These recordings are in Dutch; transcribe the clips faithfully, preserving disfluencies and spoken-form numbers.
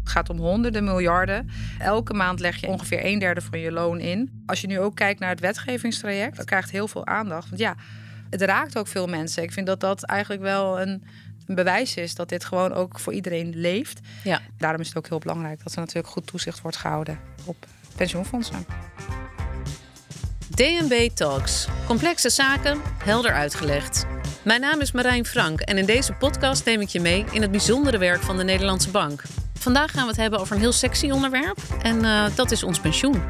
Het gaat om honderden miljarden. Elke maand leg je ongeveer een derde van je loon in. Als je nu ook kijkt naar het wetgevingstraject, dat krijgt heel veel aandacht. Want ja, het raakt ook veel mensen. Ik vind dat dat eigenlijk wel een, een bewijs is dat dit gewoon ook voor iedereen leeft. Ja. Daarom is het ook heel belangrijk dat er natuurlijk goed toezicht wordt gehouden op pensioenfondsen. D en B Talks. Complexe zaken, helder uitgelegd. Mijn naam is Marijn Frank en in deze podcast neem ik je mee in het bijzondere werk van de Nederlandse Bank. Vandaag gaan we het hebben over een heel sexy onderwerp en uh, dat is ons pensioen.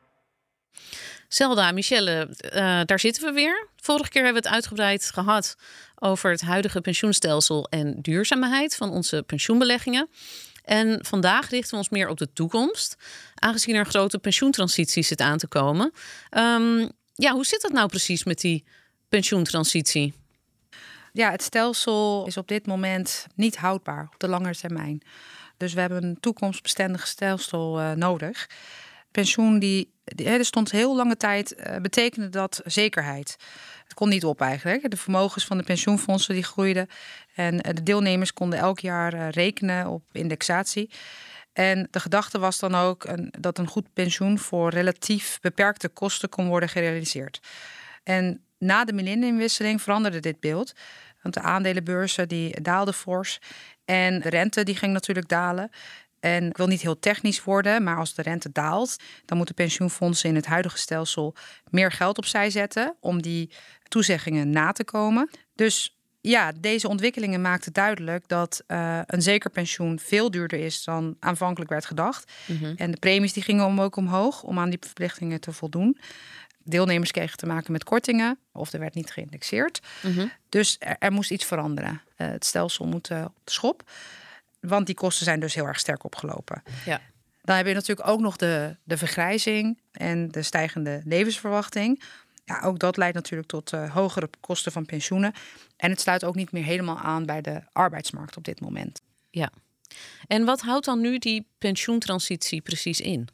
Zelda, Michelle, uh, daar zitten we weer. Vorige keer hebben we het uitgebreid gehad over het huidige pensioenstelsel en duurzaamheid van onze pensioenbeleggingen. En vandaag richten we ons meer op de toekomst, aangezien er grote pensioentransitie zit aan te komen. Um, ja, hoe zit dat nou precies met die pensioentransitie? Ja, het stelsel is op dit moment niet houdbaar op de lange termijn. Dus we hebben een toekomstbestendig stelsel uh, nodig. Pensioen, die, die, er stond heel lange tijd, uh, betekende dat zekerheid. Het kon niet op eigenlijk. De vermogens van de pensioenfondsen die groeiden. En de deelnemers konden elk jaar uh, rekenen op indexatie. En de gedachte was dan ook een, dat een goed pensioen voor relatief beperkte kosten kon worden gerealiseerd. En na de millenniumwisseling veranderde dit beeld. Want de aandelenbeurzen die daalden fors. En de rente die ging natuurlijk dalen. En ik wil niet heel technisch worden, maar als de rente daalt, dan moeten pensioenfondsen in het huidige stelsel meer geld opzij zetten om die toezeggingen na te komen. Dus ja, deze ontwikkelingen maakten duidelijk dat uh, een zeker pensioen veel duurder is dan aanvankelijk werd gedacht. Mm-hmm. En de premies die gingen om ook omhoog om aan die verplichtingen te voldoen. Deelnemers kregen te maken met kortingen of er werd niet geïndexeerd. Mm-hmm. Dus er, er moest iets veranderen. Uh, het stelsel moet uh, op de schop. Want die kosten zijn dus heel erg sterk opgelopen. Ja. Dan heb je natuurlijk ook nog de, de vergrijzing en de stijgende levensverwachting. Ja, ook dat leidt natuurlijk tot uh, hogere kosten van pensioenen. En het sluit ook niet meer helemaal aan bij de arbeidsmarkt op dit moment. Ja. En wat houdt dan nu die pensioentransitie precies in?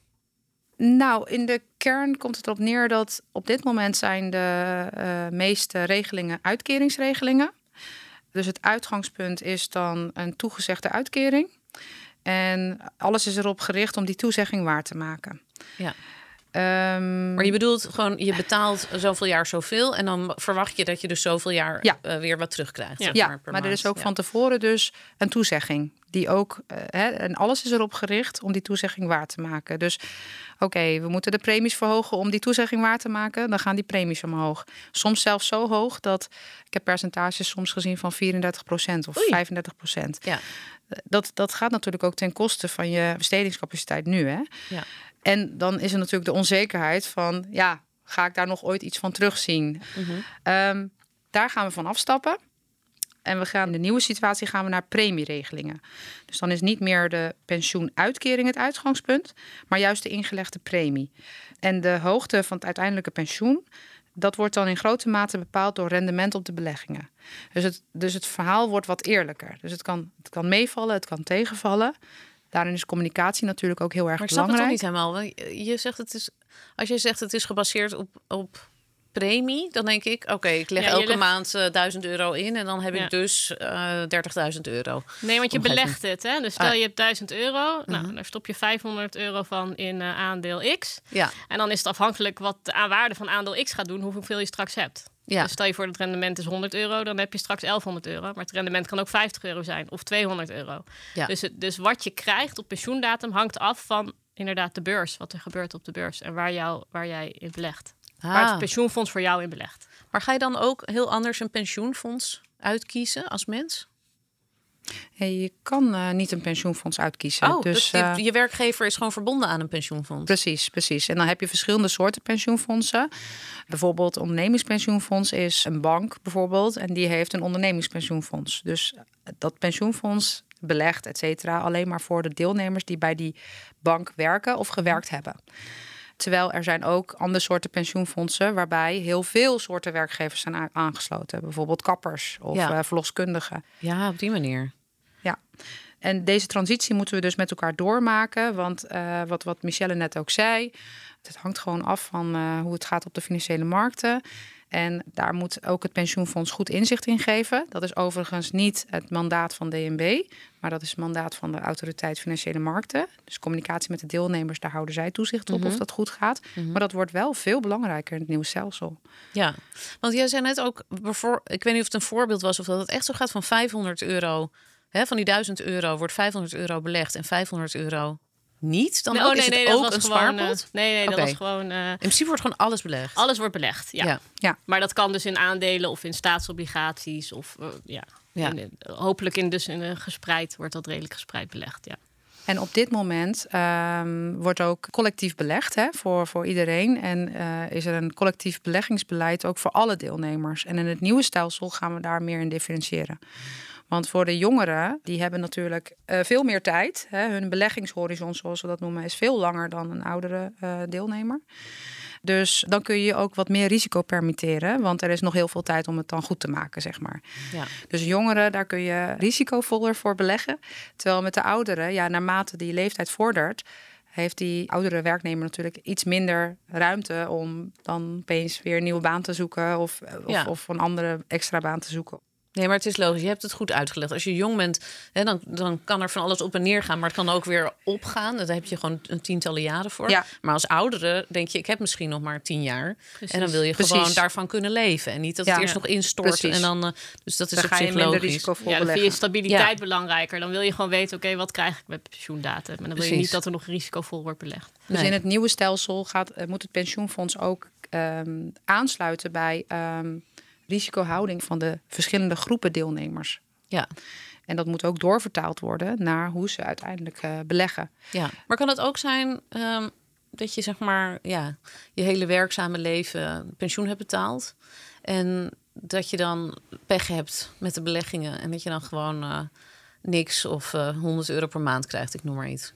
Nou, in de kern komt het erop neer dat op dit moment zijn de uh, meeste regelingen uitkeringsregelingen. Dus het uitgangspunt is dan een toegezegde uitkering. En alles is erop gericht om die toezegging waar te maken. Ja. Um, maar je bedoelt gewoon, je betaalt zoveel jaar zoveel en dan verwacht je dat je dus zoveel jaar ja. uh, weer wat terugkrijgt. Ja, zeg ja maar, per maar maand. er is ook ja. van tevoren dus een toezegging. Die ook, uh, hè, en alles is erop gericht om die toezegging waar te maken. Dus oké, okay, we moeten de premies verhogen om die toezegging waar te maken. Dan gaan die premies omhoog. Soms zelfs zo hoog dat, ik heb percentages soms gezien van vierendertig procent of Oei. vijfendertig procent. Ja. Dat, dat gaat natuurlijk ook ten koste van je bestedingscapaciteit nu, hè? Ja. En dan is er natuurlijk de onzekerheid van, ja, ga ik daar nog ooit iets van terugzien? Mm-hmm. Um, daar gaan we van afstappen. En we gaan in de nieuwe situatie gaan we naar premieregelingen. Dus dan is niet meer de pensioenuitkering het uitgangspunt, maar juist de ingelegde premie. En de hoogte van het uiteindelijke pensioen, dat wordt dan in grote mate bepaald door rendement op de beleggingen. Dus het, dus het verhaal wordt wat eerlijker. Dus het kan, het kan meevallen, het kan tegenvallen. Daarin is communicatie natuurlijk ook heel erg maar belangrijk. Maar ik snap het toch niet helemaal. Je zegt het is, als je zegt het is gebaseerd op, op premie, dan denk ik, oké, okay, ik leg ja, elke legt... maand uh, duizend euro in en dan heb ja. ik dus uh, dertigduizend euro. Nee, want je belegt het, hè? Dus stel ah. je hebt duizend euro, nou, uh-huh. daar stop je vijfhonderd euro van in uh, aandeel X. Ja. En dan is het afhankelijk wat de waarde van aandeel X gaat doen, hoeveel je straks hebt. Ja. Dus stel je voor dat het rendement is honderd euro, dan heb je straks elfhonderd euro. Maar het rendement kan ook vijftig euro zijn of tweehonderd euro. Ja. Dus, het, dus wat je krijgt op pensioendatum hangt af van inderdaad de beurs. Wat er gebeurt op de beurs en waar, jou, waar jij in belegt. Ah. Waar het pensioenfonds voor jou in belegt. Maar ga je dan ook heel anders een pensioenfonds uitkiezen als mens? Ja, je kan uh, niet een pensioenfonds uitkiezen. Oh, dus, dus je, uh, je werkgever is gewoon verbonden aan een pensioenfonds? Precies, precies. En dan heb je verschillende soorten pensioenfondsen. Bijvoorbeeld ondernemingspensioenfonds is een bank bijvoorbeeld. En die heeft een ondernemingspensioenfonds. Dus dat pensioenfonds belegt, et cetera, alleen maar voor de deelnemers die bij die bank werken of gewerkt hebben. Terwijl er zijn ook andere soorten pensioenfondsen waarbij heel veel soorten werkgevers zijn aangesloten. Bijvoorbeeld kappers of ja. uh, verloskundigen. Ja, op die manier. Ja, en deze transitie moeten we dus met elkaar doormaken. Want uh, wat, wat Michelle net ook zei, het hangt gewoon af van uh, hoe het gaat op de financiële markten. En daar moet ook het pensioenfonds goed inzicht in geven. Dat is overigens niet het mandaat van D N B, maar dat is het mandaat van de Autoriteit Financiële Markten. Dus communicatie met de deelnemers, daar houden zij toezicht op mm-hmm. of dat goed gaat. Mm-hmm. Maar dat wordt wel veel belangrijker in het nieuwe stelsel. Ja, want jij zei net ook, ik weet niet of het een voorbeeld was of dat het echt zo gaat van vijfhonderd euro. Hè, van die duizend euro wordt vijfhonderd euro belegd en vijfhonderd euro niet. Dan nee, ook oh, nee, is het nee, ook dat een was gewoon, spaarpot? Uh, nee, nee, dat okay. was gewoon... Uh, in principe wordt gewoon alles belegd? Alles wordt belegd, ja. ja. ja. Maar dat kan dus in aandelen of in staatsobligaties of uh, ja. ja. In, hopelijk in dus in, uh, gespreid wordt dat redelijk gespreid belegd, ja. En op dit moment um, wordt ook collectief belegd hè, voor, voor iedereen. En uh, is er een collectief beleggingsbeleid ook voor alle deelnemers. En in het nieuwe stelsel gaan we daar meer in differentiëren. Want voor de jongeren, die hebben natuurlijk uh, veel meer tijd. Hè. Hun beleggingshorizon, zoals we dat noemen, is veel langer dan een oudere uh, deelnemer. Dus dan kun je je ook wat meer risico permitteren. Want er is nog heel veel tijd om het dan goed te maken, zeg maar. Ja. Dus jongeren, daar kun je risicovoller voor beleggen. Terwijl met de ouderen, ja, naarmate die leeftijd vordert, heeft die oudere werknemer natuurlijk iets minder ruimte om dan opeens weer een nieuwe baan te zoeken of, ja. of, of een andere extra baan te zoeken. Nee, maar het is logisch. Je hebt het goed uitgelegd. Als je jong bent, hè, dan, dan kan er van alles op en neer gaan. Maar het kan ook weer opgaan. Daar heb je gewoon een tientallen jaren voor. Ja. Maar als oudere denk je, ik heb misschien nog maar tien jaar. Precies. En dan wil je Precies. gewoon daarvan kunnen leven. En niet dat het Ja. eerst nog instort. Precies. En dan, uh, dus dat is dan op ga je zich minder logisch. risicovol Ja, dan vind beleggen. je stabiliteit Ja. belangrijker. Dan wil je gewoon weten, oké, okay, wat krijg ik met pensioendatum? En dan wil Precies. je niet dat er nog risicovol wordt belegd. Dus Nee. in het nieuwe stelsel gaat, uh, moet het pensioenfonds ook um, aansluiten bij um, risicohouding van de verschillende groepen deelnemers. Ja. En dat moet ook doorvertaald worden naar hoe ze uiteindelijk uh, beleggen. Ja. Maar kan het ook zijn um, dat je zeg maar ja, je hele werkzame leven pensioen hebt betaald en dat je dan pech hebt met de beleggingen en dat je dan gewoon uh, niks of uh, honderd euro per maand krijgt, ik noem maar iets?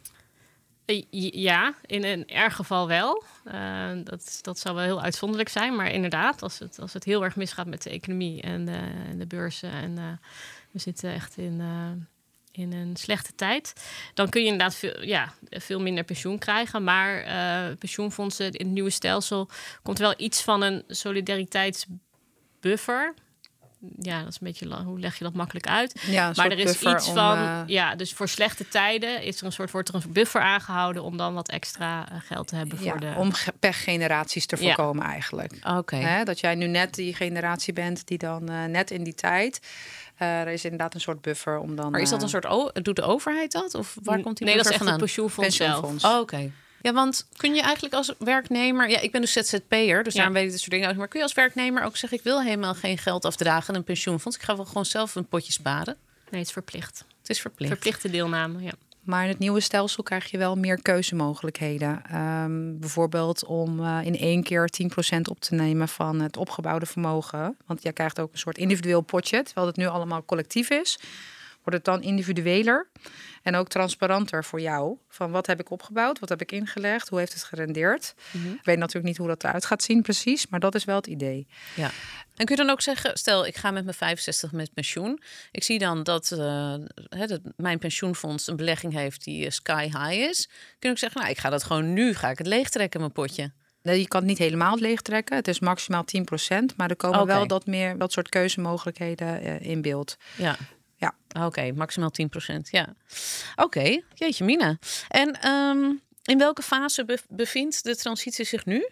Ja, in een erg geval wel. Uh, dat, dat zou wel heel uitzonderlijk zijn. Maar inderdaad, als het, als het heel erg misgaat met de economie en de, en de beurzen en uh, we zitten echt in, uh, in een slechte tijd, dan kun je inderdaad veel, ja, veel minder pensioen krijgen. Maar uh, pensioenfondsen in het nieuwe stelsel komt wel iets van een solidariteitsbuffer. Ja, dat is een beetje lang. Hoe leg je dat makkelijk uit? Ja, maar er is iets om, van, uh... ja, dus voor slechte tijden is er een soort, wordt er een buffer aangehouden om dan wat extra uh, geld te hebben ja, voor de. Om pechgeneraties te voorkomen, ja. eigenlijk. Oké. Okay. Dat jij nu net die generatie bent die dan uh, net in die tijd. Uh, er is inderdaad een soort buffer om dan. Maar is dat een soort o- doet de overheid dat of waar komt die? Nee, dat is echt vandaan? het pensioenfonds, pensioenfonds zelf. Oh, oké. Okay. Ja, want kun je eigenlijk als werknemer... Ja, ik ben dus Z Z P'er, dus ja. daarom weet ik dit soort dingen uit. Maar kun je als werknemer ook zeggen, ik wil helemaal geen geld afdragen aan een pensioenfonds. Ik ga wel gewoon zelf een potje sparen. Nee, het is verplicht. Het is verplicht. Verplichte deelname, ja. Maar in het nieuwe stelsel krijg je wel meer keuzemogelijkheden. Um, bijvoorbeeld om uh, in één keer tien procent op te nemen van het opgebouwde vermogen. Want jij krijgt ook een soort individueel potje. Terwijl het nu allemaal collectief is, wordt het dan individueler. En ook transparanter voor jou. Van wat heb ik opgebouwd? Wat heb ik ingelegd? Hoe heeft het gerendeerd? Mm-hmm. Ik weet natuurlijk niet hoe dat eruit gaat zien precies. Maar dat is wel het idee. Ja. En kun je dan ook zeggen, stel ik ga met mijn vijfenzestig met pensioen. Ik zie dan dat, uh, he, dat mijn pensioenfonds een belegging heeft die uh, sky high is. Kun je ook zeggen, nou ik ga dat gewoon nu, ga ik het leegtrekken mijn potje. Nee, je kan het niet helemaal leegtrekken. Het is maximaal tien procent. Maar er komen okay. wel dat meer, dat soort keuzemogelijkheden uh, in beeld. Ja. Ja. Oké, okay, maximaal tien procent, ja. Oké, okay. Jeetje mina. En um, in welke fase be- bevindt de transitie zich nu?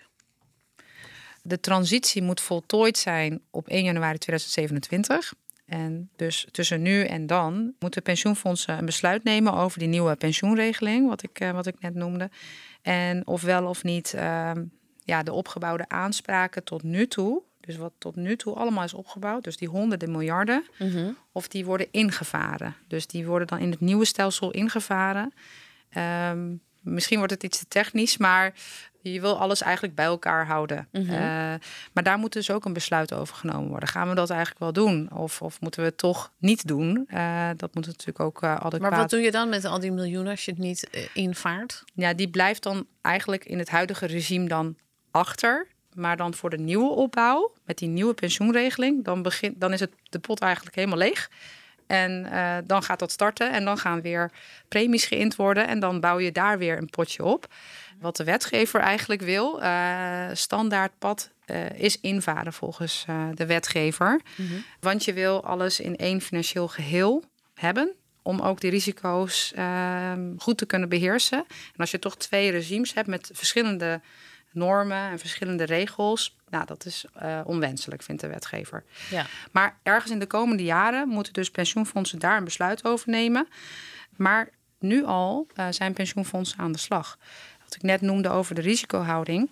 De transitie moet voltooid zijn op één januari tweeduizend zevenentwintig. En dus tussen nu en dan moeten pensioenfondsen een besluit nemen over die nieuwe pensioenregeling, wat ik, uh, wat ik net noemde. En of wel of niet uh, ja, de opgebouwde aanspraken tot nu toe, dus wat tot nu toe allemaal is opgebouwd, dus die honderden miljarden, mm-hmm. of die worden ingevaren. Dus die worden dan in het nieuwe stelsel ingevaren. Um, misschien wordt het iets te technisch, maar je wil alles eigenlijk bij elkaar houden. Mm-hmm. Uh, maar daar moet dus ook een besluit over genomen worden. Gaan we dat eigenlijk wel doen? Of, of moeten we het toch niet doen? Uh, dat moet natuurlijk ook uh, adequaat. Maar wat doe je dan met al die miljoenen als je het niet uh, invaart? Ja, die blijft dan eigenlijk in het huidige regime dan achter. Maar dan voor de nieuwe opbouw, met die nieuwe pensioenregeling, dan, begint, dan is het de pot eigenlijk helemaal leeg. En uh, dan gaat dat starten en dan gaan weer premies geïnd worden. En dan bouw je daar weer een potje op. Wat de wetgever eigenlijk wil, uh, standaardpad uh, is invaren volgens uh, de wetgever. Mm-hmm. Want je wil alles in één financieel geheel hebben, om ook die risico's uh, goed te kunnen beheersen. En als je toch twee regimes hebt met verschillende normen en verschillende regels, nou, dat is uh, onwenselijk, vindt de wetgever. Ja. Maar ergens in de komende jaren moeten dus pensioenfondsen daar een besluit over nemen. Maar nu al uh, zijn pensioenfondsen aan de slag. Wat ik net noemde over de risicohouding.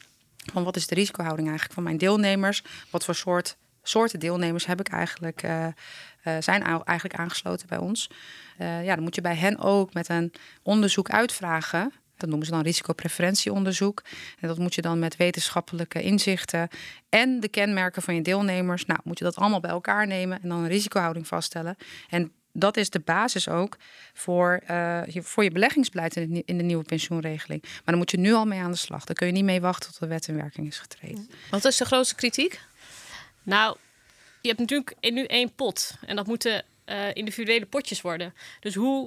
Van wat is de risicohouding eigenlijk van mijn deelnemers? Wat voor soort, soorten deelnemers heb ik eigenlijk, uh, uh, zijn eigenlijk aangesloten bij ons? Uh, ja, dan moet je bij hen ook met een onderzoek uitvragen. Dat noemen ze dan risicopreferentieonderzoek. En dat moet je dan met wetenschappelijke inzichten en de kenmerken van je deelnemers. Nou, moet je dat allemaal bij elkaar nemen en dan een risicohouding vaststellen. En dat is de basis ook voor, uh, voor je beleggingsbeleid in de, in de nieuwe pensioenregeling. Maar dan moet je nu al mee aan de slag. Daar kun je niet mee wachten tot de wet in werking is getreden. Wat is de grootste kritiek? Nou, je hebt natuurlijk nu één pot. En dat moeten uh, individuele potjes worden. Dus hoe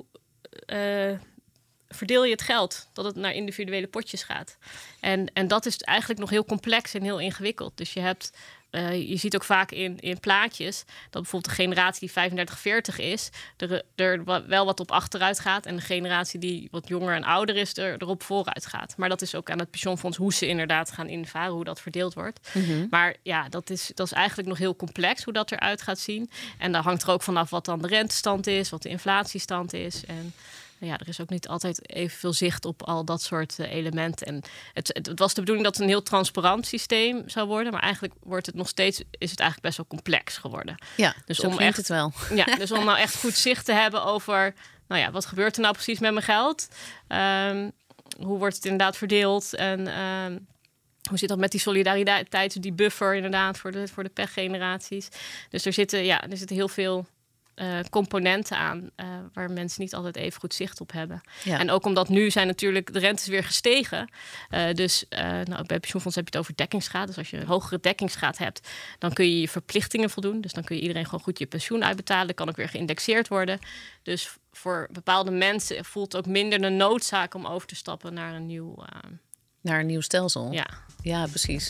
Uh, verdeel je het geld, dat het naar individuele potjes gaat. En, en dat is eigenlijk nog heel complex en heel ingewikkeld. Dus je hebt, uh, je ziet ook vaak in, in plaatjes dat bijvoorbeeld de generatie die vijfendertig veertig is, er, er wel wat op achteruit gaat. En de generatie die wat jonger en ouder is, er, erop vooruit gaat. Maar dat is ook aan het pensioenfonds hoe ze inderdaad gaan invaren, hoe dat verdeeld wordt. Mm-hmm. Maar ja, dat is, dat is eigenlijk nog heel complex hoe dat eruit gaat zien. En daar hangt er ook vanaf wat dan de rentestand is, wat de inflatiestand is. En ja, er is ook niet altijd evenveel zicht op al dat soort uh, elementen. En het, het, het was de bedoeling dat het een heel transparant systeem zou worden, maar eigenlijk wordt het nog steeds, is het eigenlijk best wel complex geworden. Ja, dus om echt het wel. Ja, dus om nou echt goed zicht te hebben over, nou ja, wat gebeurt er nou precies met mijn geld? Um, hoe wordt het inderdaad verdeeld? En um, hoe zit dat met die solidariteit, die buffer inderdaad voor de, voor de pechgeneraties? Dus er zitten, ja, er zitten heel veel Uh, componenten aan uh, waar mensen niet altijd even goed zicht op hebben. Ja. En ook omdat nu zijn natuurlijk de rentes weer gestegen. Uh, dus uh, nou, bij pensioenfonds heb je het over dekkingsgraad. Dus als je een hogere dekkingsgraad hebt, dan kun je je verplichtingen voldoen. Dus dan kun je iedereen gewoon goed je pensioen uitbetalen. Dat kan ook weer geïndexeerd worden. Dus voor bepaalde mensen voelt het ook minder de noodzaak om over te stappen naar een nieuw, uh... naar een nieuw stelsel. Ja, ja, precies.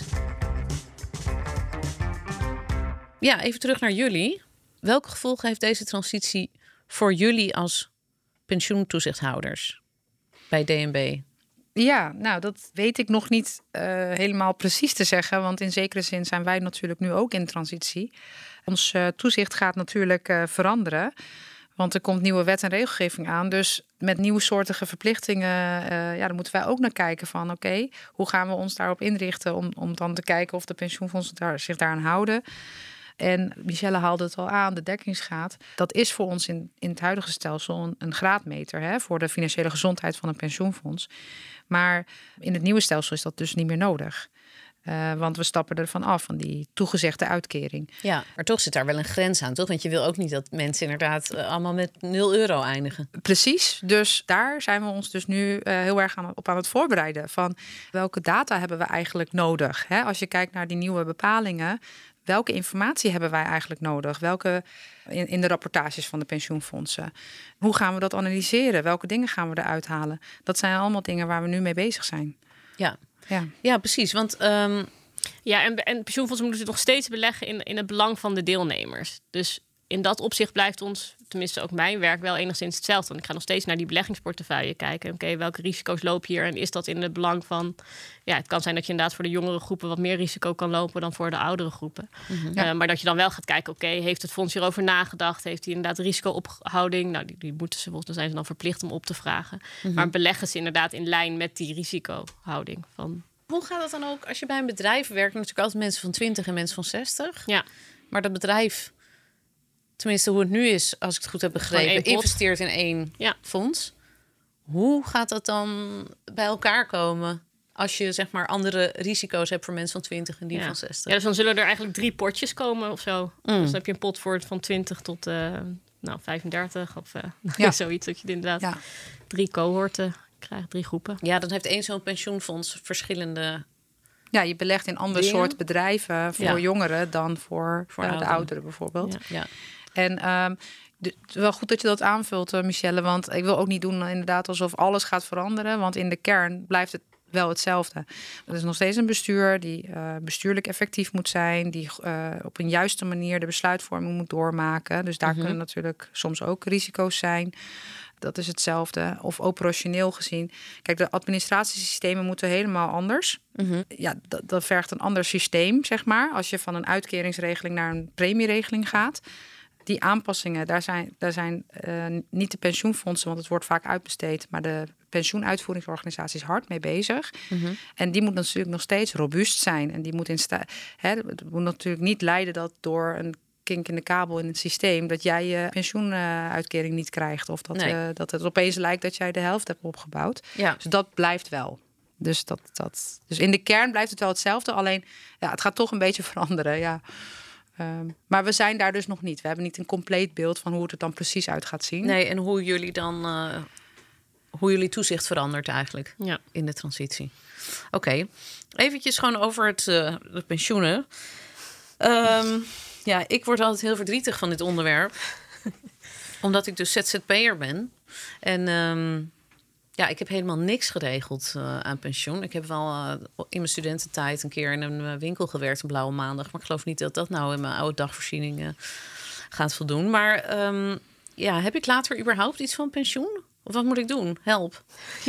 Ja, even terug naar jullie. Welke gevolgen heeft deze transitie voor jullie als pensioentoezichthouders bij D N B? Ja, nou, dat weet ik nog niet uh, helemaal precies te zeggen. Want in zekere zin zijn wij natuurlijk nu ook in transitie. Ons uh, toezicht gaat natuurlijk uh, veranderen. Want er komt nieuwe wet en regelgeving aan. Dus met nieuwsoortige verplichtingen, uh, ja, daar moeten wij ook naar kijken van oké, okay, hoe gaan we ons daarop inrichten om, om dan te kijken of de pensioenfondsen daar, zich daaraan houden. En Michelle haalde het al aan, de dekkingsgraad. Dat is voor ons in, in het huidige stelsel een, een graadmeter, hè, voor de financiële gezondheid van een pensioenfonds. Maar in het nieuwe stelsel is dat dus niet meer nodig. Uh, want we stappen ervan af, van die toegezegde uitkering. Ja, maar toch zit daar wel een grens aan, toch? Want je wil ook niet dat mensen inderdaad uh, allemaal met nul euro eindigen. Precies, dus daar zijn we ons dus nu uh, heel erg aan, op aan het voorbereiden. Van welke data hebben we eigenlijk nodig? Hè? Als je kijkt naar die nieuwe bepalingen, welke informatie hebben wij eigenlijk nodig? Welke in, in de rapportages van de pensioenfondsen? Hoe gaan we dat analyseren? Welke dingen gaan we eruit halen? Dat zijn allemaal dingen waar we nu mee bezig zijn. Ja, ja. ja precies. Want um... ja, en, en pensioenfondsen moeten nog steeds beleggen in, in het belang van de deelnemers. Dus in dat opzicht blijft ons, tenminste ook mijn werk, wel enigszins hetzelfde. Want ik ga nog steeds naar die beleggingsportefeuille kijken. Oké, okay, welke risico's lopen hier? En is dat in het belang van... Ja, het kan zijn dat je inderdaad voor de jongere groepen wat meer risico kan lopen dan voor de oudere groepen. Mm-hmm. Ja. Uh, maar dat je dan wel gaat kijken, oké, okay, heeft het fonds hierover nagedacht? Heeft hij inderdaad risicoophouding? Nou, die, die moeten ze, dan zijn ze dan verplicht om op te vragen. Mm-hmm. Maar beleggen ze inderdaad in lijn met die risicohouding van... Hoe gaat het dan ook als je bij een bedrijf werkt? Natuurlijk altijd mensen van twintig en mensen van zestig. Ja. Maar dat bedrijf, tenminste hoe het nu is, als ik het goed heb begrepen, investeert in één ja. fonds. Hoe gaat dat dan bij elkaar komen als je zeg maar andere risico's hebt voor mensen van twintig en die ja. van zestig? Ja, dus dan zullen er eigenlijk drie potjes komen of zo. Mm. Dus dan heb je een pot voor van twintig tot uh, nou, vijfendertig of uh, ja. zoiets. Dat je inderdaad ja. drie cohorten krijgt, drie groepen. Ja, dan heeft één zo'n pensioenfonds verschillende... Ja, je belegt in ander dingen. Soort bedrijven voor ja. jongeren dan voor, voor uh, ouderen. de ouderen bijvoorbeeld. Ja. Ja. En um, de, wel goed dat je dat aanvult, uh, Michelle. Want ik wil ook niet doen inderdaad alsof alles gaat veranderen. Want in de kern blijft het wel hetzelfde. Er is nog steeds een bestuur die uh, bestuurlijk effectief moet zijn. Die uh, op een juiste manier de besluitvorming moet doormaken. Dus daar mm-hmm. kunnen natuurlijk soms ook risico's zijn. Dat is hetzelfde. Of operationeel gezien. Kijk, de administratiesystemen moeten helemaal anders. Mm-hmm. Ja, dat, dat vergt een ander systeem, zeg maar. Als je van een uitkeringsregeling naar een premieregeling gaat. Die aanpassingen, daar zijn, daar zijn uh, niet de pensioenfondsen, want het wordt vaak uitbesteed, maar de pensioenuitvoeringsorganisatie is hard mee bezig. Mm-hmm. En die moet natuurlijk nog steeds robuust zijn. En die moet in sta- hè, het moet natuurlijk niet leiden dat door een kink in de kabel in het systeem dat jij je pensioenuitkering niet krijgt. Of dat, nee. uh, dat het opeens lijkt dat jij de helft hebt opgebouwd. Ja. Dus dat blijft wel. Dus, dat, dat, dus in de kern blijft het wel hetzelfde. Alleen, ja, het gaat toch een beetje veranderen, ja. Um, maar we zijn daar dus nog niet. We hebben niet een compleet beeld van hoe het er dan precies uit gaat zien. Nee, en hoe jullie dan uh, hoe jullie toezicht verandert eigenlijk ja. in de transitie. Oké, okay. Eventjes gewoon over het uh, de pensioenen. Um, ja, ik word altijd heel verdrietig van dit onderwerp. Omdat ik dus Z Z P'er ben. En um, ja, ik heb helemaal niks geregeld uh, aan pensioen. Ik heb wel uh, in mijn studententijd een keer in een winkel gewerkt, een blauwe maandag. Maar ik geloof niet dat dat nou in mijn oude dagvoorziening uh, gaat voldoen. Maar um, ja, heb ik later überhaupt iets van pensioen? Of wat moet ik doen? Help.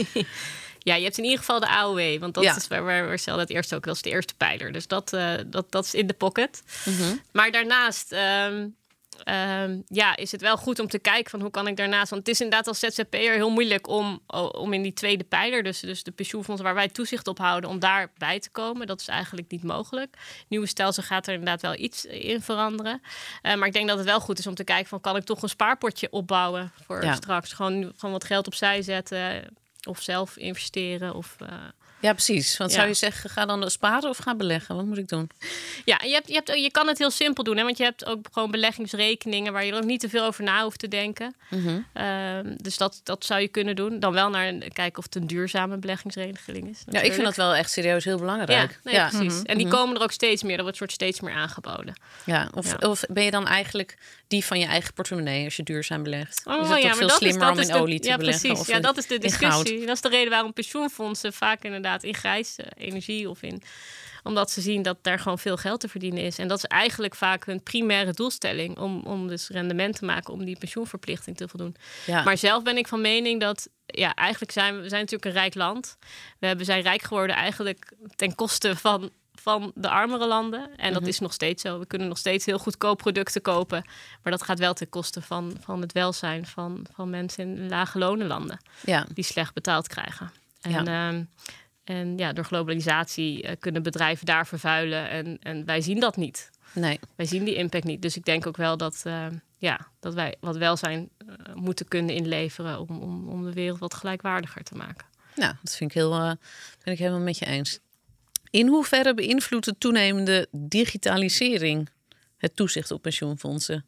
Ja, je hebt in ieder geval de A O W. Want dat ja. is waar we stellen het eerst ook. Dat is de eerste pijler. Dus dat, uh, dat, dat is in de pocket. Mm-hmm. Maar daarnaast... Um, Um, ja, is het wel goed om te kijken van hoe kan ik daarnaast... Want het is inderdaad als Z Z P'er heel moeilijk om, om in die tweede pijler... Dus, dus de pensioenfondsen waar wij toezicht op houden... om daarbij te komen. Dat is eigenlijk niet mogelijk. Nieuwe stelsel gaat er inderdaad wel iets in veranderen. Uh, maar ik denk dat het wel goed is om te kijken van... kan ik toch een spaarpotje opbouwen voor ja. straks? Gewoon, gewoon wat geld opzij zetten... of zelf investeren of... Uh, Ja, precies. Want ja. zou je zeggen, ga dan sparen of ga beleggen? Wat moet ik doen? Ja, je, hebt, je, hebt, je kan het heel simpel doen. Hè? Want je hebt ook gewoon beleggingsrekeningen... waar je er ook niet te veel over na hoeft te denken. Mm-hmm. Uh, dus dat, dat zou je kunnen doen. Dan wel naar kijken of het een duurzame beleggingsregeling is. Ja, ik vind dat wel echt serieus heel belangrijk. Ja, nee, ja. precies. Mm-hmm. En die komen er ook steeds meer. Dat wordt soort steeds meer aangeboden. Ja, of, ja. of ben je dan eigenlijk die van je eigen portemonnee... als je duurzaam belegt? Oh, is het ja, toch veel slimmer om in de, olie te ja, beleggen? Precies. Of ja, dat is de discussie. Dat is de reden waarom pensioenfondsen vaak inderdaad... in grijze energie of in... omdat ze zien dat daar gewoon veel geld te verdienen is. En dat is eigenlijk vaak hun primaire doelstelling... om, om dus rendement te maken om die pensioenverplichting te voldoen. Ja. Maar zelf ben ik van mening dat... ja, eigenlijk zijn we, we zijn natuurlijk een rijk land. We hebben, zijn rijk geworden eigenlijk ten koste van... van de armere landen. En mm-hmm. dat is nog steeds zo. We kunnen nog steeds heel goedkoop producten kopen. Maar dat gaat wel ten koste van, van het welzijn... Van, van mensen in lage lonenlanden. Ja. Die slecht betaald krijgen. En, ja. Um, en ja, door globalisatie uh, kunnen bedrijven daar vervuilen. En, en wij zien dat niet. Nee. Wij zien die impact niet. Dus ik denk ook wel dat, uh, ja, dat wij wat welzijn uh, moeten kunnen inleveren... Om, om, om de wereld wat gelijkwaardiger te maken. Nou, dat vind ik, heel, uh, ben ik helemaal met je eens. In hoeverre beïnvloedt de toenemende digitalisering het toezicht op pensioenfondsen?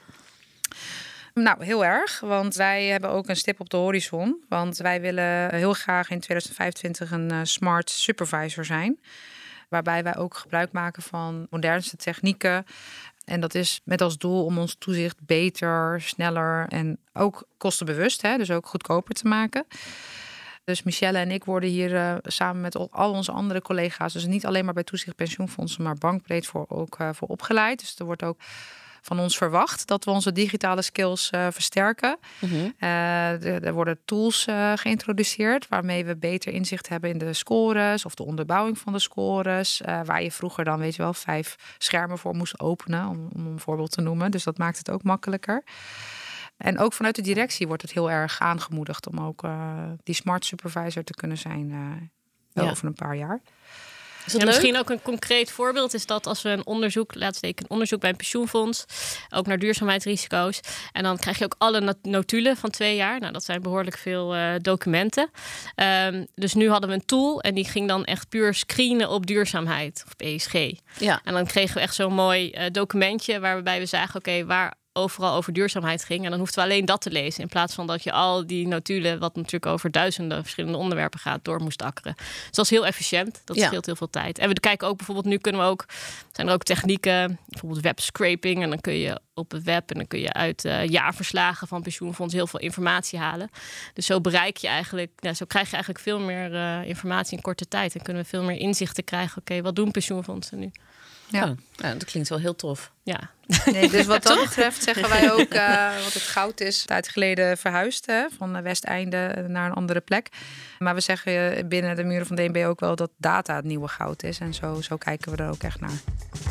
Nou, heel erg. Want wij hebben ook een stip op de horizon. Want wij willen heel graag in tweeduizend vijfentwintig een uh, smart supervisor zijn. Waarbij wij ook gebruik maken van modernste technieken. En dat is met als doel om ons toezicht beter, sneller en ook kostenbewust, hè, dus ook goedkoper te maken. Dus Michelle en ik worden hier uh, samen met al onze andere collega's... dus niet alleen maar bij toezicht pensioenfondsen... maar bankbreed voor, ook uh, voor opgeleid. Dus er wordt ook van ons verwacht dat we onze digitale skills uh, versterken. Mm-hmm. Uh, er, er worden tools uh, geïntroduceerd... waarmee we beter inzicht hebben in de scores... of de onderbouwing van de scores. Uh, waar je vroeger dan, weet je wel, vijf schermen voor moest openen... om, om een voorbeeld te noemen. Dus dat maakt het ook makkelijker. En ook vanuit de directie wordt het heel erg aangemoedigd... om ook uh, die smart supervisor te kunnen zijn uh, ja. over een paar jaar. Is dat ja, misschien ook een concreet voorbeeld is dat als we een onderzoek... laatst deed ik een onderzoek bij een pensioenfonds... ook naar duurzaamheidsrisico's. En dan krijg je ook alle notulen van twee jaar. Nou, dat zijn behoorlijk veel uh, documenten. Um, dus nu hadden we een tool... en die ging dan echt puur screenen op duurzaamheid of E S G. Ja. En dan kregen we echt zo'n mooi uh, documentje... waarbij we zagen, oké, okay, waar... overal over duurzaamheid ging. En dan hoefden we alleen dat te lezen. In plaats van dat je al die notulen, wat natuurlijk over duizenden verschillende onderwerpen gaat, door moest akkeren. Dus dat is heel efficiënt. Dat ja. scheelt heel veel tijd. En we kijken ook bijvoorbeeld, nu kunnen we ook, zijn er ook technieken, bijvoorbeeld webscraping. En dan kun je op het web en dan kun je uit uh, jaarverslagen van pensioenfonds heel veel informatie halen. Dus zo bereik je eigenlijk, nou, zo krijg je eigenlijk veel meer uh, informatie in korte tijd. En kunnen we veel meer inzichten krijgen. Oké, okay, wat doen pensioenfondsen nu? Ja. Oh, ja, dat klinkt wel heel tof. Ja. Nee, dus wat dat betreft zeggen wij ook, uh, wat het goud is, een tijd geleden verhuisd, hè, van Westeinde naar een andere plek. Maar we zeggen binnen de muren van D N B ook wel dat data het nieuwe goud is. En zo, zo kijken we er ook echt naar.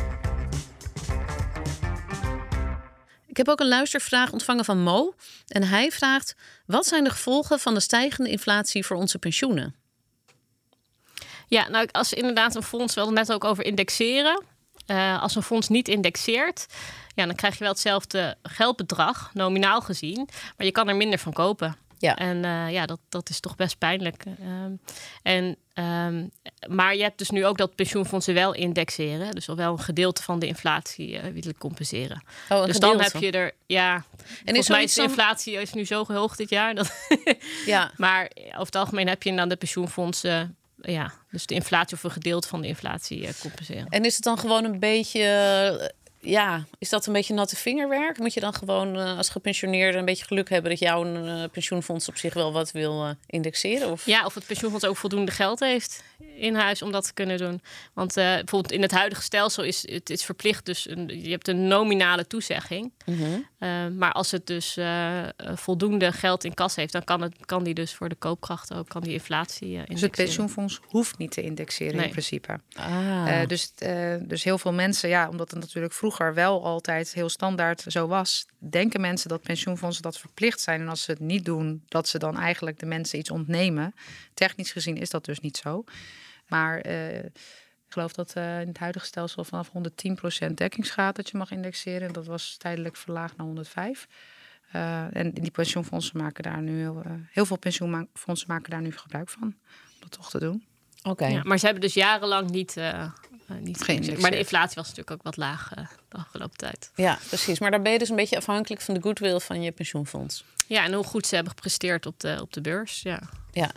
Ik heb ook een luistervraag ontvangen van Mo. En hij vraagt, wat zijn de gevolgen van de stijgende inflatie voor onze pensioenen? Ja, nou, als inderdaad een fonds, we hadden het net ook over indexeren. Uh, als een fonds niet indexeert, ja, dan krijg je wel hetzelfde geldbedrag, nominaal gezien. Maar je kan er minder van kopen. Ja. En uh, ja, dat, dat is toch best pijnlijk. Um, en, um, maar je hebt dus nu ook dat pensioenfondsen wel indexeren. Dus al wel een gedeelte van de inflatie uh, willen compenseren. Oh, dus gedeelte. Dan heb je er, ja... En volgens mij is de inflatie is nu zo hoog dit jaar. Dat ja. Maar over het algemeen heb je dan de pensioenfondsen... Ja, dus de inflatie of een gedeelte van de inflatie uh, compenseren. En is het dan gewoon een beetje... Uh, ja, is dat een beetje natte vingerwerk? Moet je dan gewoon uh, als gepensioneerde een beetje geluk hebben dat jouw uh, pensioenfonds op zich wel wat wil uh, indexeren? Of? Ja, of het pensioenfonds ook voldoende geld heeft in huis om dat te kunnen doen. Want uh, bijvoorbeeld in het huidige stelsel is het is verplicht, dus een, je hebt een nominale toezegging. Mm-hmm. Uh, maar als het dus uh, voldoende geld in kas heeft, dan kan, het, kan die dus voor de koopkracht ook kan die inflatie uh, indexeren. Dus het pensioenfonds hoeft niet te indexeren nee. in principe. Ah. Uh, dus, uh, dus heel veel mensen, ja, omdat het natuurlijk vroeger wel altijd heel standaard zo was, denken mensen dat pensioenfondsen dat verplicht zijn. En als ze het niet doen, dat ze dan eigenlijk de mensen iets ontnemen. Technisch gezien is dat dus niet zo. Maar uh, ik geloof dat uh, in het huidige stelsel vanaf honderdtien procent dekkingsgraad dat je mag indexeren. En dat was tijdelijk verlaagd naar honderdvijf. Uh, en die pensioenfondsen maken daar nu heel, uh, heel veel pensioenfondsen maken daar nu gebruik van. Om dat toch te doen. Oké. Okay. Ja, maar ze hebben dus jarenlang niet... Uh, Uh, niet Geen maar de inflatie was natuurlijk ook wat laag uh, de afgelopen tijd. Ja, precies. Maar dan ben je dus een beetje afhankelijk van de goodwill van je pensioenfonds. Ja, en hoe goed ze hebben gepresteerd op de, op de beurs. Ja. Ja.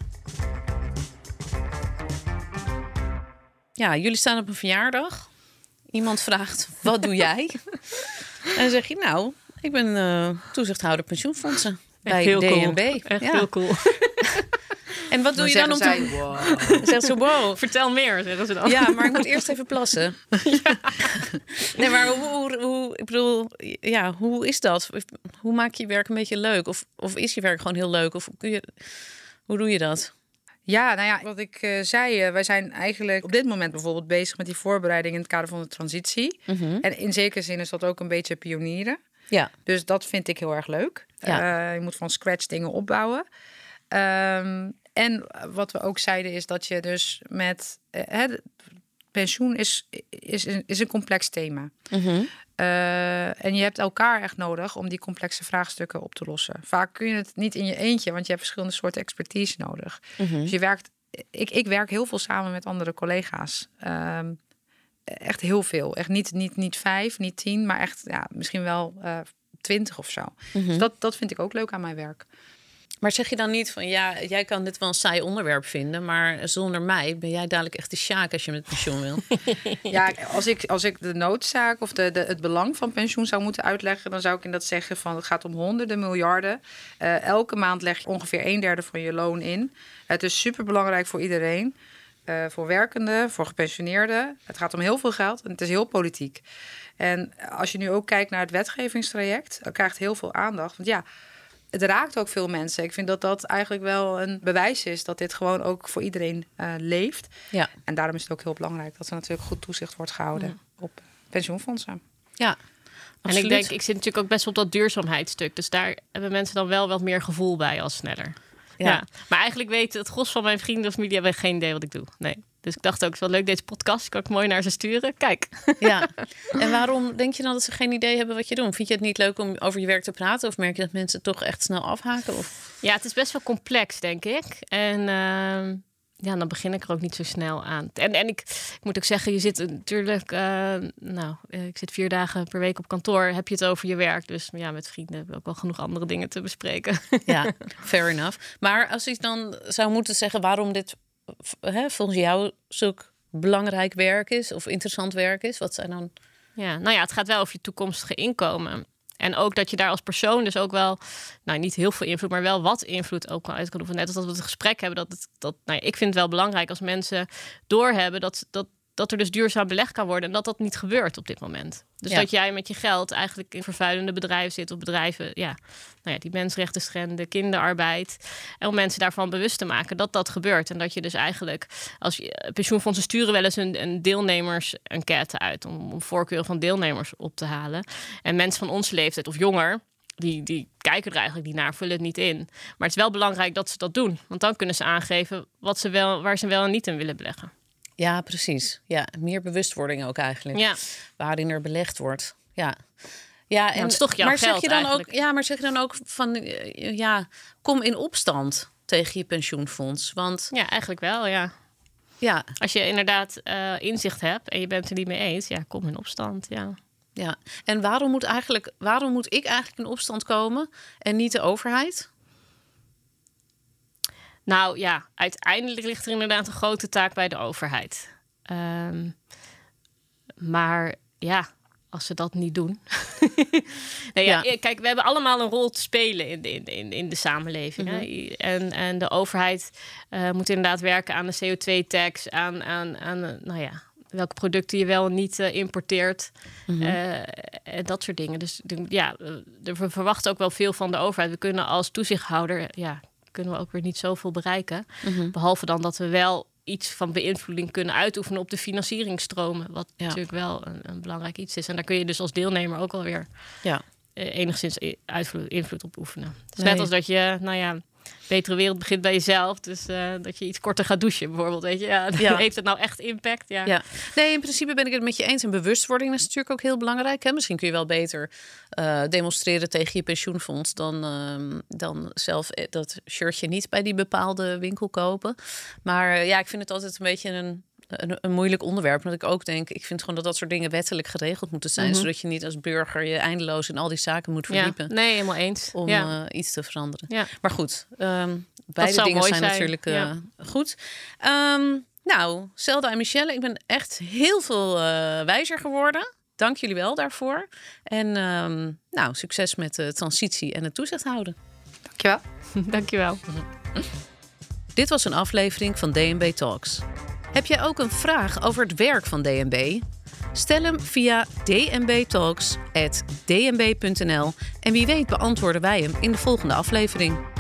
Ja, jullie staan op een verjaardag. Iemand vraagt, wat doe jij? En dan zeg je, nou, ik ben uh, toezichthouder pensioenfondsen bij heel D N B. Cool. Echt ja. heel cool. En wat doe dan je dan om zij, te... Wow. Zegt ze, wow. Vertel meer, zeggen ze dan. Ja, maar ik moet eerst even plassen. Ja. Nee, maar hoe, hoe, hoe, ik bedoel, ja, hoe is dat? Hoe maak je je werk een beetje leuk? Of, of is je werk gewoon heel leuk? Of kun je, hoe doe je dat? Ja, nou ja, wat ik uh, zei, uh, wij zijn eigenlijk op dit moment bijvoorbeeld bezig met die voorbereiding in het kader van de transitie. Mm-hmm. En in zekere zin is dat ook een beetje pionieren. Ja. Dus dat vind ik heel erg leuk. Ja. Uh, je moet van scratch dingen opbouwen. Um, en wat we ook zeiden is dat je dus met... Uh, het pensioen is, is, is een complex thema. Mm-hmm. Uh, en je hebt elkaar echt nodig om die complexe vraagstukken op te lossen. Vaak kun je het niet in je eentje, want je hebt verschillende soorten expertise nodig. Mm-hmm. Dus je werkt... Ik, ik werk heel veel samen met andere collega's. Um, echt heel veel. Echt niet, niet, niet vijf, niet tien, maar echt ja, misschien wel uh, twintig of zo. Mm-hmm. Dus dat, dat vind ik ook leuk aan mijn werk. Maar zeg je dan niet van, ja, jij kan dit wel een saai onderwerp vinden, maar zonder mij ben jij dadelijk echt de sjaak als je met pensioen wil? Ja, als ik, als ik de noodzaak of de, de, het belang van pensioen zou moeten uitleggen, dan zou ik in dat zeggen van, het gaat om honderden miljarden. Uh, elke maand leg je ongeveer een derde van je loon in. Het is superbelangrijk voor iedereen. Uh, voor werkenden, voor gepensioneerden. Het gaat om heel veel geld en het is heel politiek. En als je nu ook kijkt naar het wetgevingstraject, dan krijgt heel veel aandacht. Want ja, het raakt ook veel mensen. Ik vind dat dat eigenlijk wel een bewijs is dat dit gewoon ook voor iedereen uh, leeft. Ja. En daarom is het ook heel belangrijk dat er natuurlijk goed toezicht wordt gehouden ja. op pensioenfondsen. Ja. Absoluut. En ik denk, ik zit natuurlijk ook best op dat duurzaamheidsstuk. Dus daar hebben mensen dan wel wat meer gevoel bij als sneller. Ja. ja. Maar eigenlijk weten het gros van mijn vrienden of familie hebben geen idee wat ik doe. Nee. Dus ik dacht ook, het is wel leuk deze podcast. Kan ik mooi naar ze sturen. Kijk. Ja. En waarom denk je dan dat ze geen idee hebben wat je doet? Vind je het niet leuk om over je werk te praten? Of merk je dat mensen toch echt snel afhaken? Of? Ja, het is best wel complex, denk ik. En uh, ja, dan begin ik er ook niet zo snel aan. En, en ik, ik moet ook zeggen, je zit natuurlijk... Uh, nou, ik zit vier dagen per week op kantoor. Heb je het over je werk. Dus ja, met vrienden hebben we ook wel genoeg andere dingen te bespreken. Ja, fair enough. Maar als ik dan zou moeten zeggen waarom dit hè, volgens jou zulk belangrijk werk is... of interessant werk is, wat zijn dan... Ja, nou ja, het gaat wel over je toekomstige inkomen. En ook dat je daar als persoon dus ook wel... nou, niet heel veel invloed, maar wel wat invloed ook wel uit kan oefenen. Net als dat we het gesprek hebben. Dat het, dat, nou ja, ik vind het wel belangrijk als mensen doorhebben... dat, dat, dat er dus duurzaam belegd kan worden... en dat dat niet gebeurt op dit moment. Dus ja. dat jij met je geld eigenlijk in vervuilende bedrijven zit... of bedrijven ja, nou ja, die mensenrechten schenden, kinderarbeid... en om mensen daarvan bewust te maken dat dat gebeurt. En dat je dus eigenlijk... als je, pensioenfondsen sturen wel eens een, een deelnemers-enquête uit... om, om voorkeuren van deelnemers op te halen. En mensen van onze leeftijd of jonger... Die, die kijken er eigenlijk niet naar, vullen het niet in. Maar het is wel belangrijk dat ze dat doen. Want dan kunnen ze aangeven wat ze wel, waar ze wel en niet in willen beleggen. Ja, precies. Ja, meer bewustwording ook eigenlijk. Ja. Waarin er belegd wordt. Ja. Ja, en het is toch jouw maar geld zeg je dan eigenlijk. ook, ja, maar zeg je dan ook van ja, kom in opstand tegen je pensioenfonds? Want ja, eigenlijk wel, ja. Ja. Als je inderdaad uh, inzicht hebt en je bent er niet mee eens, ja, kom in opstand, ja. Ja. En waarom moet eigenlijk, waarom moet ik eigenlijk in opstand komen en niet de overheid? Nou ja, uiteindelijk ligt er inderdaad een grote taak bij de overheid. Um, maar ja, als ze dat niet doen. nee, ja, ja. Kijk, we hebben allemaal een rol te spelen in de, in, in de samenleving. Mm-hmm. Hè? En, en de overheid uh, moet inderdaad werken aan de C O twee tax, aan, aan, aan nou ja, welke producten je wel en niet uh, importeert. Mm-hmm. Uh, en dat soort dingen. Dus ja, we verwachten ook wel veel van de overheid. We kunnen als toezichthouder, ja, kunnen we ook weer niet zoveel bereiken. Mm-hmm. Behalve dan dat we wel iets van beïnvloeding kunnen uitoefenen op de financieringstromen. Wat ja. natuurlijk wel een, een belangrijk iets is. En daar kun je dus als deelnemer ook alweer ja. uh, enigszins invloed, invloed op oefenen. Het is nee. net als dat je, nou ja, betere wereld begint bij jezelf. Dus uh, dat je iets korter gaat douchen bijvoorbeeld. Weet je? Ja, ja. Heeft het nou echt impact? Ja. Ja. Nee, in principe ben ik het met je eens. En bewustwording is natuurlijk ook heel belangrijk. Hè? Misschien kun je wel beter uh, demonstreren tegen je pensioenfonds... dan, uh, dan zelf dat shirtje niet bij die bepaalde winkel kopen. Maar uh, ja, ik vind het altijd een beetje een... Een, een moeilijk onderwerp. Want ik ook denk, ik vind gewoon dat dat soort dingen wettelijk geregeld moeten zijn. Mm-hmm. Zodat je niet als burger je eindeloos in al die zaken moet verdiepen. Ja, nee, helemaal eens. Om ja. uh, iets te veranderen. Ja. Maar goed, um, beide dingen zijn, zijn natuurlijk uh, ja. goed. Um, nou, Zelda en Michelle, ik ben echt heel veel uh, wijzer geworden. Dank jullie wel daarvoor. En um, nou, succes met de transitie en het toezicht houden. Dankjewel. Dankjewel. Dit was een aflevering van D en B Talks. Heb jij ook een vraag over het werk van D en B? Stel hem via d n b talks at d n b punt n l en wie weet beantwoorden wij hem in de volgende aflevering.